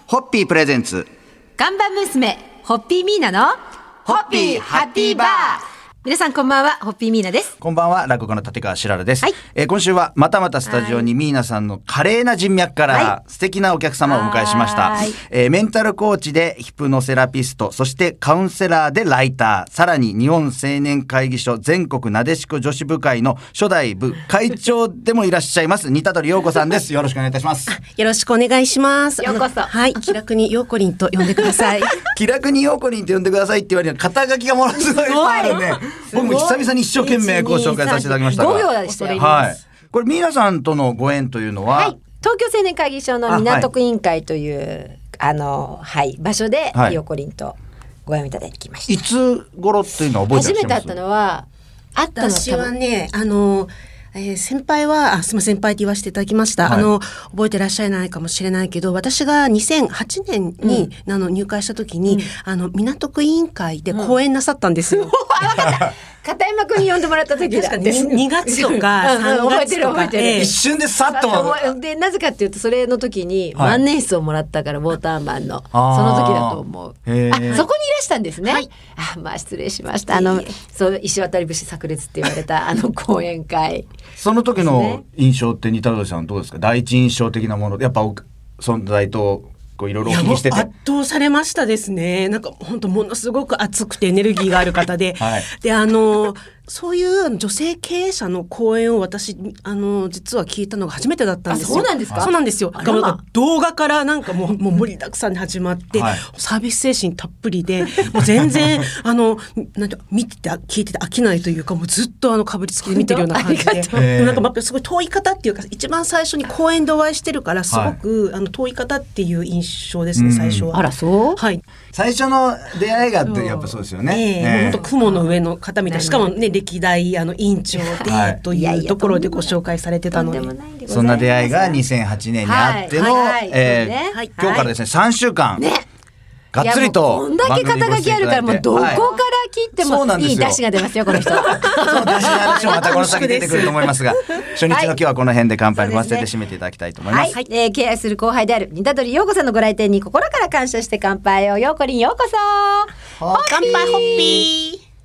ホッピープレゼンツ看板娘ホッピーミーナのホッピーハッピーバー。 皆さんこんばんは、ホッピーミーナです。 こんばんは、落語家の立川しららです、 はい。 今週はまたまたスタジオにミーナさんの華麗な人脈から素敵なお客様をお迎えしました、メンタルコーチでヒプノセラピスト、そしてカウンセラーでライター、さらに日本青年会議所全国なでしこ女子部会の初代部会長でもいらっしゃいます似鳥陽子さんです。よろしくお願いいたします。 よろしくお願いします。 ようこそ。 はい、気楽に陽子りんと呼んでください。 気楽に陽子りんと呼んでくださいって言われる肩書きがものすごいあるね。僕も久々に一生懸命ご紹介させていただきましたが、 5秒でしたよ。 はい。これミーナさんとのご縁というのは、 はい、東京青年会議所の港区委員会という場所で陽子りんとご縁をいただきました。 いつ頃っていうのは覚えてらっしゃいます？ 初めて会ったのは私はね先輩はすみません、先輩って言わせていただきました、覚えてらっしゃらないかもしれないけど、私が2008年に、入会した時に、港区委員会で講演なさったんですよ。 片山君に呼んでもらった時だ。 2月とか3月とか一瞬でさっとで、なぜかっていうとそれの時に万年筆をもらったから、ウォーターマンのその時だと思う。そこにいらしたんですね。失礼しました。そう石渡節炸裂って言われた講演会。 その時の印象って似鳥さんどうですか？第一印象的なものでやっぱ存在といろいろお聞きしてて。 圧倒されましたですね。なんか本当ものすごく熱くてエネルギーがある方で、でそういう女性経営者の講演を私実は聞いたのが初めてだったんですよ。 そうなんですか？ そうなんですよ。動画からなんかもう盛りだくさんに始まって、サービス精神たっぷりで、もう全然なんか見てて聞いてて飽きないというか、もうずっとかぶりつきで見てるような感じで、なんかすごい遠い方っていうか、一番最初に講演でお会いしてるからすごく遠い方っていう印象ですね、最初は。 あら、そう？ はい。 最初の出会いがやっぱそうですよね。 本当雲の上の方みたいな、しかもね歴代委員長でというところでご紹介されてたので、 そんな出会いが2008年にあっての今日からですね3週間がっつりとこんだけ肩書きあるから、もうどこから切ってもいい出汁が出ますよ、この人。 そう、出汁の話もまたこの先出てくると思いますが、初日の今日はこの辺で乾杯に合わせて締めていただきたいと思います。 敬愛する後輩である似鳥陽子さんのご来店に心から感謝して乾杯を。陽子りんようこそ。 乾杯ホッピー。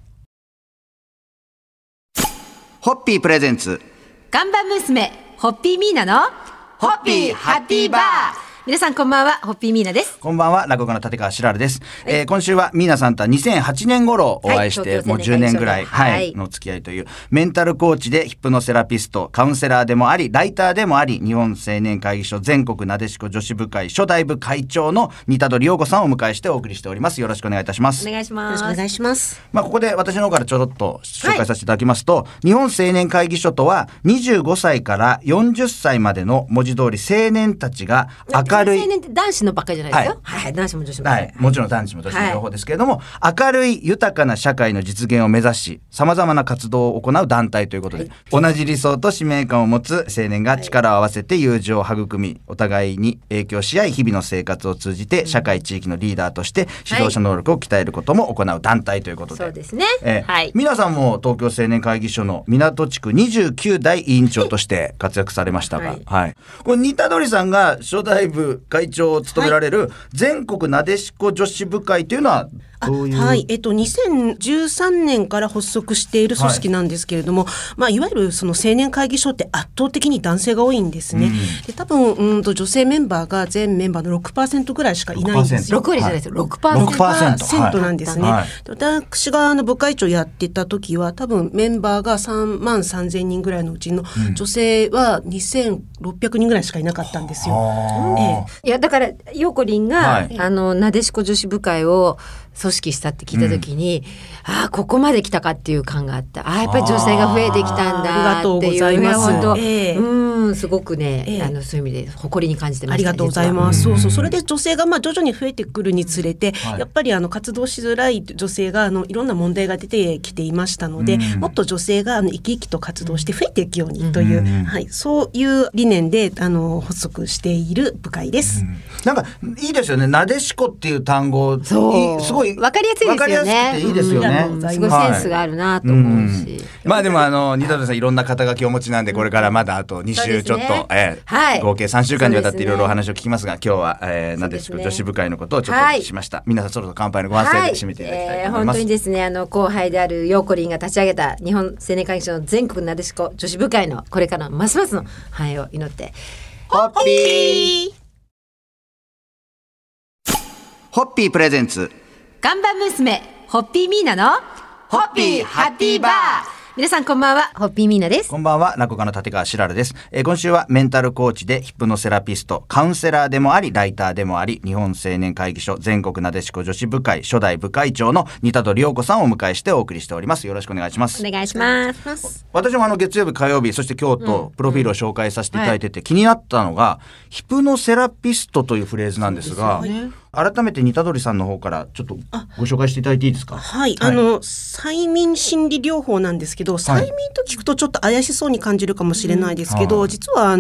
ホッピープレゼンツ看板娘ホッピーミーナのホッピーハッピーバー。 皆さんこんばんは、ホッピーミーナです。 こんばんは、落語家の立川しららです。今週はミーナさんとは2008年頃お会いして、もう10年ぐらい、の付き合いというメンタルコーチでヒプノセラピスト、カウンセラーでもありライターでもあり、日本青年会議所全国なでしこ女子部会初代部会長の似鳥陽子さんをお迎えしてお送りしております。よろしくお願いいたします。 お願いします。 よろしくお願いします。 ここで私の方からちょろっと紹介させていただきますと、日本青年会議所とは25歳から40歳までの文字通り青年たちが明るい、 青年って男子のばっかりじゃないですよ。男子も女子も。 もちろん男子も女子も両方ですけれども、明るい豊かな社会の実現を目指し、様々な活動を行う団体ということで、同じ理想と使命感を持つ青年が力を合わせて友情を育み、お互いに影響し合い、日々の生活を通じて社会地域のリーダーとして指導者能力を鍛えることも行う団体ということで。 そうですね。 皆さんも東京青年会議所の港地区29代委員長として活躍されましたが、これ似鳥さんが初代部会長を務められる全国なでしこ女子部会というのはどういう 2013年から発足している組織なんですけれども、いわゆるその青年会議所って圧倒的に男性が多いんですね。で多分女性メンバーが全メンバーの 6% ぐらいしかいないんですよ。 6割じゃないですよ。6% なんですね。私が部会長やってた時は多分メンバーが3万3000人ぐらいのうちの女性は2600人ぐらいしかいなかったんですよ。 いやだから陽子りんが、なでしこ女子部会を組織したって聞いた時に、ここまで来たかっていう感があった。やっぱり女性が増えてきたんだっていう。 ありがとうございます。 すごくね、そういう意味で誇りに感じてました。 ありがとうございます。それで女性が徐々に増えてくるにつれて、やっぱり活動しづらい女性がいろんな問題が出てきていましたので、もっと女性が生き生きと活動して増えていくようにという、そういう理念で発足している部会です。 なんかいいですよね。なでしこっていう単語、すごい分かりやすいですよね。 いいですよね。 すごいセンスがあるなと思うし。 でも似鳥さんいろんな肩書きをお持ちなんで、これからまだあと2週ちょっと、合計3週間にわたっていろいろお話を聞きますが、今日は、なでしこ女子部会のことをちょっとお聞きしました。皆さんそろそろ乾杯のご発声で締めていただきたいと思います。 本当にですね、後輩であるヨーコリンが立ち上げた日本青年会議所の全国なでしこ女子部会のこれからのますますの繁栄を祈って、 ホッピーホッピープレゼンツ看板娘ホッピーミーナのホッピーハッピーバー。皆さんこんばんは、ホッピーミーナです。 こんばんは、落語家の立川しららです。今週はメンタルコーチでヒプノセラピスト、カウンセラーでもありライターでもあり、日本青年会議所全国なでしこ女子部会初代部会長の新田戸陽子さんをお迎えしてお送りしております。よろしくお願いします。 お願いします。 私も月曜日火曜日そして今日とプロフィールを紹介させていただいてて、気になったのがヒプノセラピストというフレーズなんですが、改めて新田戸さんの方からちょっとご紹介していただいていいですか。 はい、催眠心理療法なんですけど、催眠と聞くとちょっと怪しそうに感じるかもしれないですけど、実は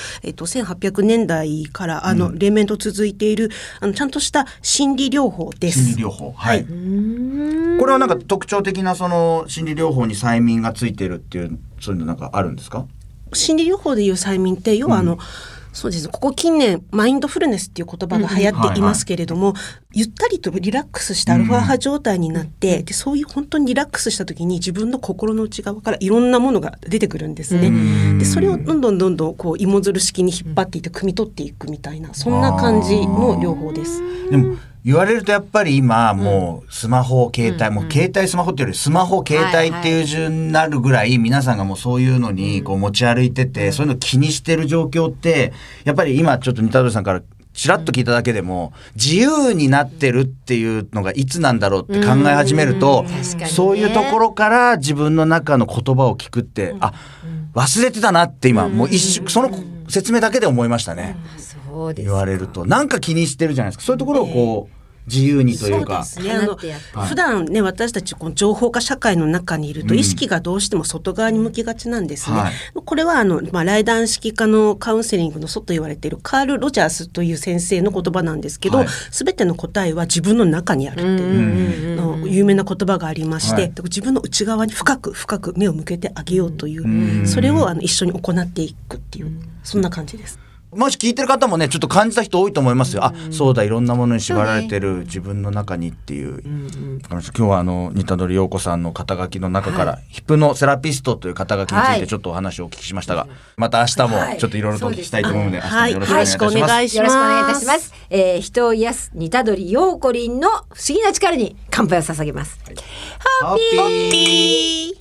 1800年代から連綿と続いているちゃんとした心理療法です。 心理療法、はい。これはなんか特徴的なその心理療法に催眠がついているっていう、そういうのなんかあるんですか。 心理療法でいう催眠って要はそうです。ここ近年マインドフルネスっていう言葉が流行っていますけれども、ゆったりとリラックスしたアルファ波状態になって、でそういう本当にリラックスした時に自分の心の内側からいろんなものが出てくるんですね。でそれをどんどんこう芋づる式に引っ張っていって汲み取っていくみたいな、そんな感じの療法です。 でも言われるとやっぱり今もうスマホ携帯、もう携帯スマホっていうよりスマホ携帯っていう順になるぐらい皆さんがもうそういうのにこう持ち歩いてて、そういうの気にしてる状況ってやっぱり今ちょっと新田戸さんからちらっと聞いただけでも自由になってるっていうのがいつなんだろうって考え始めると、そういうところから自分の中の言葉を聞くって、忘れてたなって今もう一瞬その説明だけで思いましたね。 そうです。 言われるとなんか気にしてるじゃないですか。そういうところをこう自由にというか、 そうですね、普段ね私たちこの情報化社会の中にいると意識がどうしても外側に向きがちなんですね。これは来談式科のカウンセリングの祖と言われているカール・ロジャースという先生の言葉なんですけど、全ての答えは自分の中にあるっていうの有名な言葉がありまして、自分の内側に深く深く目を向けてあげようという、それを一緒に行っていくっていう、そんな感じです。 もし聞いてる方もねちょっと感じた人多いと思いますよ。そうだ、いろんなものに縛られてる自分の中にっていう、今日は新田戸陽子さんの肩書きの中から、ヒプノセラピストという肩書きについてちょっとお話をお聞きしましたが、ままた明日もちょっといろいろとお聞きしたいと思うので、明日もよろしくお願いいたします。 よろしくお願いいたします。人を癒す新田戸陽子りんの不思議な力に乾杯を捧げます。ホッピーホッピ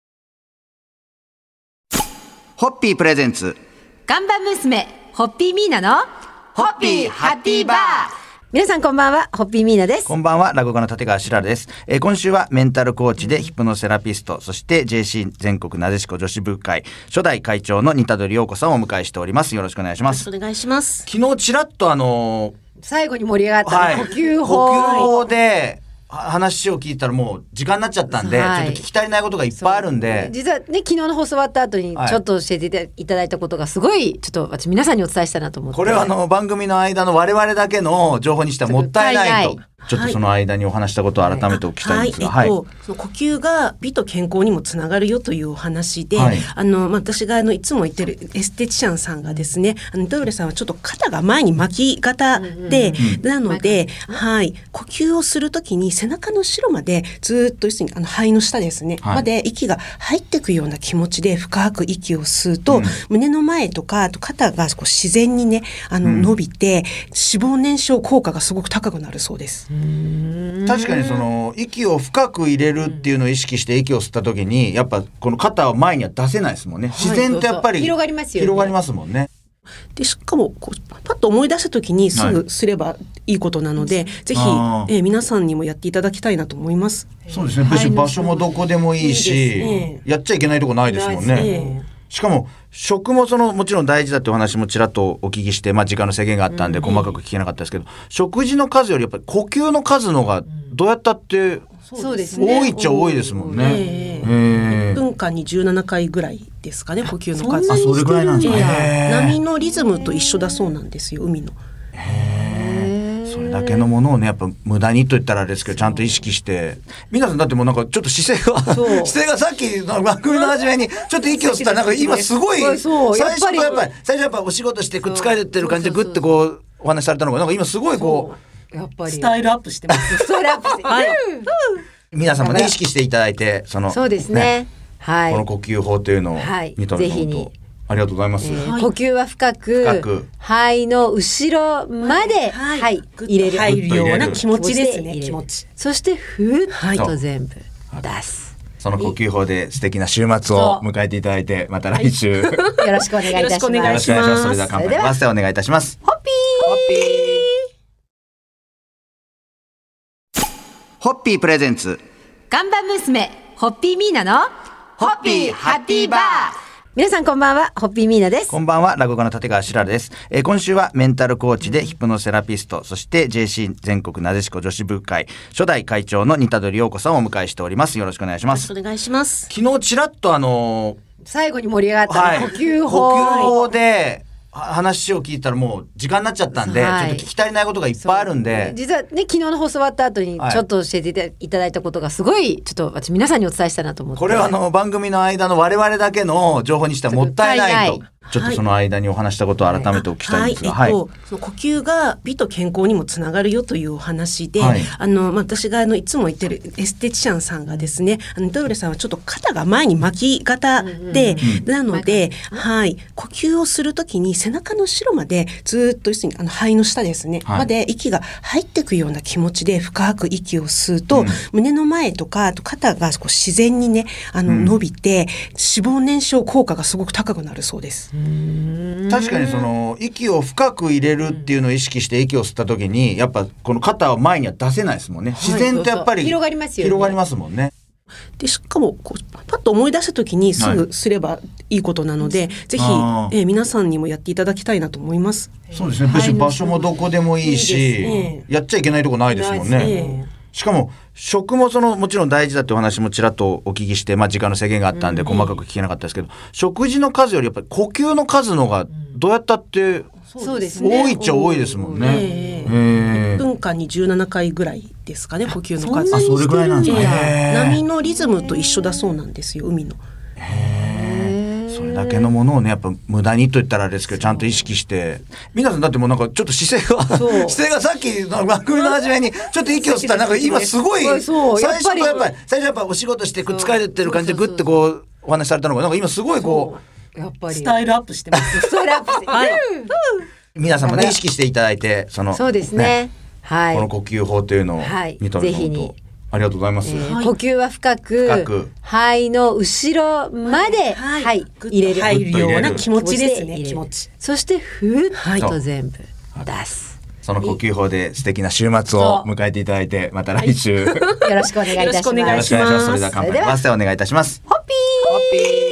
ーホッピープレゼンツ看板娘ホッピーミーナのホッピーハッピーバー。皆さんこんばんは、ホッピーミーナです。 こんばんは、落語家の立川しららです。今週はメンタルコーチでヒプノセラピスト、そして JC 全国なでしこ女子部会初代会長の新田戸陽子さんをお迎えしております。よろしくお願いします。 よろしくお願いします。 昨日ちらっと最後に盛り上がった、呼吸法。 呼吸法で話を聞いたらもう時間になっちゃったんで、ちょっと聞き足りないことがいっぱいあるんで、 実はね昨日の放送終わった後にちょっと教えていただいたことがすごいちょっと私皆さんにお伝えしたいなと思って、 これは番組の間の我々だけの情報にしてはもったいないと、ちょっとその間にお話したことを改めてお聞きしたいんですが、 その呼吸が美と健康にもつながるよというお話で、私がいつも言ってるエステティシャンさんがですね、新田戸さんはちょっと肩が前に巻き型で、なので、呼吸をするときに背中の後ろまでずっと要するに肺の下ですね、まで息が入っていくような気持ちで深く息を吸うと、胸の前とかあと肩がこう自然にね伸びて脂肪燃焼効果がすごく高くなるそうです。 確かにその息を深く入れるっていうのを意識して息を吸った時にやっぱこの肩を前には出せないですもんね。自然とやっぱり広がりますよね。 広がりますもんね。 でしかもこうパッと思い出した時にすぐすればいいことなので、ぜひ皆さんにもやっていただきたいなと思います。 そうですね。別に場所もどこでもいいし、やっちゃいけないとこないですもんね。しかも食ももちろん大事だってお話もちらっとお聞きして、時間の制限があったんで細かく聞けなかったですけど、食事の数よりやっぱり呼吸の数のがどうやったって多いっちゃ多いですもんね。 1分間に17回ぐらいですかね、呼吸の数。 それぐらいなんですね。 波のリズムと一緒だそうなんですよ、海の。 それれだけのものをねやっぱ無駄にと言ったらあれですけどちゃんと意識して皆さんだってもうなんかちょっと姿勢がさっきの番組の初めにちょっと息を吸ったらなんか今すごい最初やっぱお仕事して疲れてる感じでグッてこうお話しされたのがなんか今すごいこうやっぱりスタイルアップしてます。 スタイルアップして、はい、 皆さんもね意識していただいてそうですね、はい、 この呼吸法というのを見とるのとありがとうございます、 呼吸は深く肺の後ろまで、入るような気持ちですね。気持ち。 そしてふっと全部出す。 その呼吸法で素敵な週末を迎えていただいてまた来週よろしくお願いいたします。 よろしくお願いします。それでは乾杯の発声お願いいたします。 ホッピーホッピープレゼンツ看板娘ホッピーミーナのホッピーハッピーバー。皆さんこんばんは、ホッピーミーナです。 こんばんは、落語家の立川しららです。今週はメンタルコーチでヒプノセラピスト、そして JC 全国なでしこ女子部会初代会長の似鳥陽子さんをお迎えしております。よろしくお願いします。 よろしくお願いします。 昨日ちらっと最後に盛り上がった呼吸法で話を聞いたらもう時間になっちゃったんで、ちょっと聞き足りないことがいっぱいあるんで、 実はね昨日の放送終わった後にちょっと教えていただいたことがすごいちょっと私皆さんにお伝えしたなと思って、 これは番組の間の我々だけの情報にしてはもったいないとちょっとその間にお話したことを改めてお聞きしたいんですが、 その呼吸が美と健康にもつながるよというお話で、私がいつも言ってるエステティシャンさんがですね、ドルレさんはちょっと肩が前に巻き型で、なので、呼吸をするときに背中の後ろまでずっと要するに肺の下ですね、まで息が入っていくような気持ちで深く息を吸うと、胸の前とかあと肩がこう自然にね伸びて脂肪燃焼効果がすごく高くなるそうです。 確かに息を深く入れるっていうのを意識して息を吸った時にやっぱこの肩を前には出せないですもんね。自然とやっぱり広がりますよね。 広がりますもんね。 でしかもこうパッと思い出した時にすぐすればいいことなので、ぜひ皆さんにもやっていただきたいなと思います。 そうですね。別に場所もどこでもいいし、やっちゃいけないとこないですもんね。しかも食ももちろん大事だってお話もちらっとお聞きして、時間の制限があったんで細かく聞けなかったですけど、食事の数よりやっぱり呼吸の数のがどうやったって多いっちゃ多いですもんね。 1分間に17回ぐらいですかね、呼吸の数。 それぐらいなんですね。 波のリズムと一緒だそうなんですよ、海の。 それだけのものをねやっぱ無駄にと言ったらあれですけどちゃんと意識して皆さんだってもうなんかちょっと姿勢がさっきの番組の初めにちょっと息を吸ったらなんか今すごい最初やっぱお仕事して疲れてる感じでグッてこうお話しされたのがなんか今すごいこうやっぱりスタイルアップしてます。 スタイルアップして、 皆さんもね意識していただいてそうですね、 この呼吸法というのを見とるのとありがとうございます。 呼吸は深く肺の後ろまで入るような気持ちですね。気持ち。 そしてふっと全部出す。 その呼吸法で素敵な週末を迎えていただいてまた来週よろしくお願いいたします。 それでは乾杯の発声お願いいたします。 ホッピー。